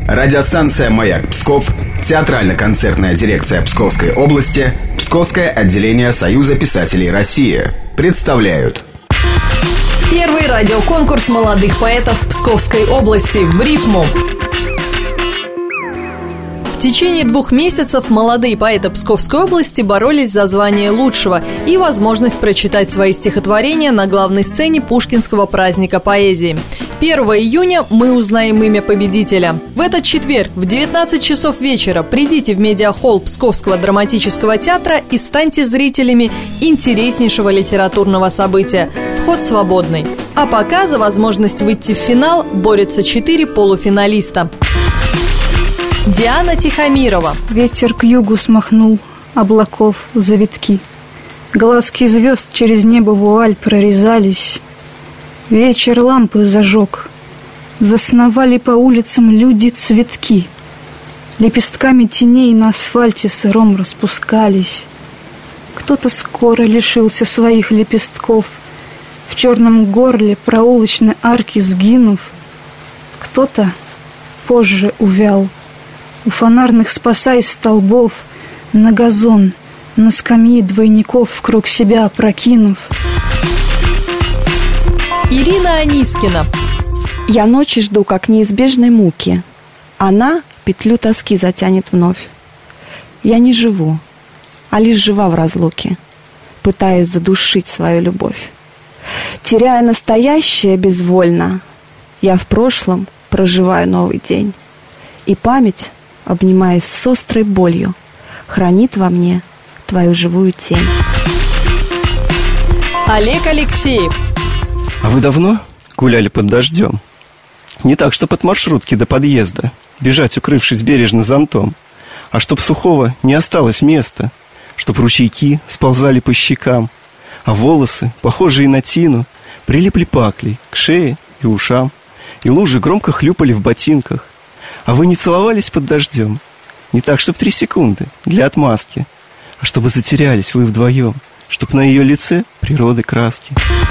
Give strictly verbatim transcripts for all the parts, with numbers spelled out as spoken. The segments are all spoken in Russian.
Радиостанция «Маяк Псков», театрально-концертная дирекция Псковской области, Псковское отделение Союза писателей России представляют первый радиоконкурс молодых поэтов Псковской области «В рифму». В течение двух месяцев молодые поэты Псковской области боролись за звание лучшего и возможность прочитать свои стихотворения на главной сцене Пушкинского праздника поэзии. первого июня мы узнаем имя победителя. В этот четверг в девятнадцать часов вечера придите в медиахолл Псковского драматического театра и станьте зрителями интереснейшего литературного события. Вход свободный. А пока за возможность выйти в финал борются четыре полуфиналиста. Диана Тихомирова. Ветер к югу смахнул облаков завитки. Глазки звезд через небо вуаль прорезались. Вечер лампы зажег. Засновали по улицам люди цветки. Лепестками теней на асфальте сыром распускались. Кто-то скоро лишился своих лепестков, в черном горле проулочной арки сгинув. Кто-то позже увял, у фонарных спасаясь столбов, на газон, на скамьи двойников вкруг себя опрокинув. Ирина Анискина. Я ночи жду, как неизбежной муки. Она петлю тоски затянет вновь. Я не живу, а лишь жива в разлуке, пытаясь задушить свою любовь. Теряя настоящее безвольно, я в прошлом проживаю новый день. И память, обнимаясь с острой болью, хранит во мне твою живую тень. Олег Алексеев. А вы давно гуляли под дождем? Не так, чтоб от маршрутки до подъезда бежать, укрывшись бережно зонтом, а чтоб сухого не осталось места, чтоб ручейки сползали по щекам, а волосы, похожие на тину, прилипли паклей к шее и ушам, и лужи громко хлюпали в ботинках. А вы не целовались под дождем? Не так, чтоб три секунды для отмазки, а чтобы затерялись вы вдвоем, чтоб на ее лице природы краски.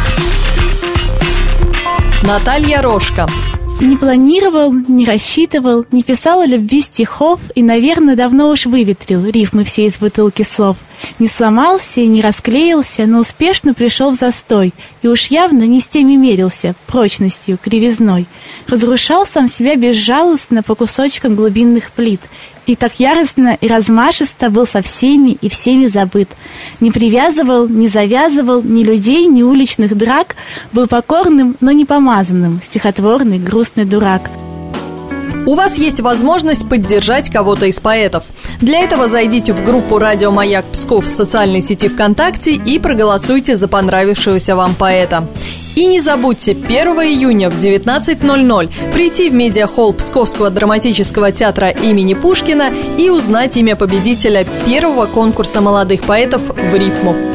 Наталья Рожко. Не планировал, не рассчитывал, не писал о любви стихов и, наверное, давно уж выветрил рифмы все из бутылки слов. Не сломался и не расклеился, но успешно пришел в застой и уж явно не с теми мерился, прочностью, кривизной. Разрушал сам себя безжалостно по кусочкам глубинных плит. И так яростно и размашисто был со всеми и всеми забыт. Не привязывал, не завязывал ни людей, ни уличных драк. Был покорным, но не помазанным, стихотворный, грустный дурак. У вас есть возможность поддержать кого-то из поэтов. Для этого зайдите в группу «Радио Маяк Псков» в социальной сети ВКонтакте и проголосуйте за понравившегося вам поэта. И не забудьте первого июня в девятнадцать ноль ноль прийти в медиахолл Псковского драматического театра имени Пушкина и узнать имя победителя первого конкурса молодых поэтов «В рифму».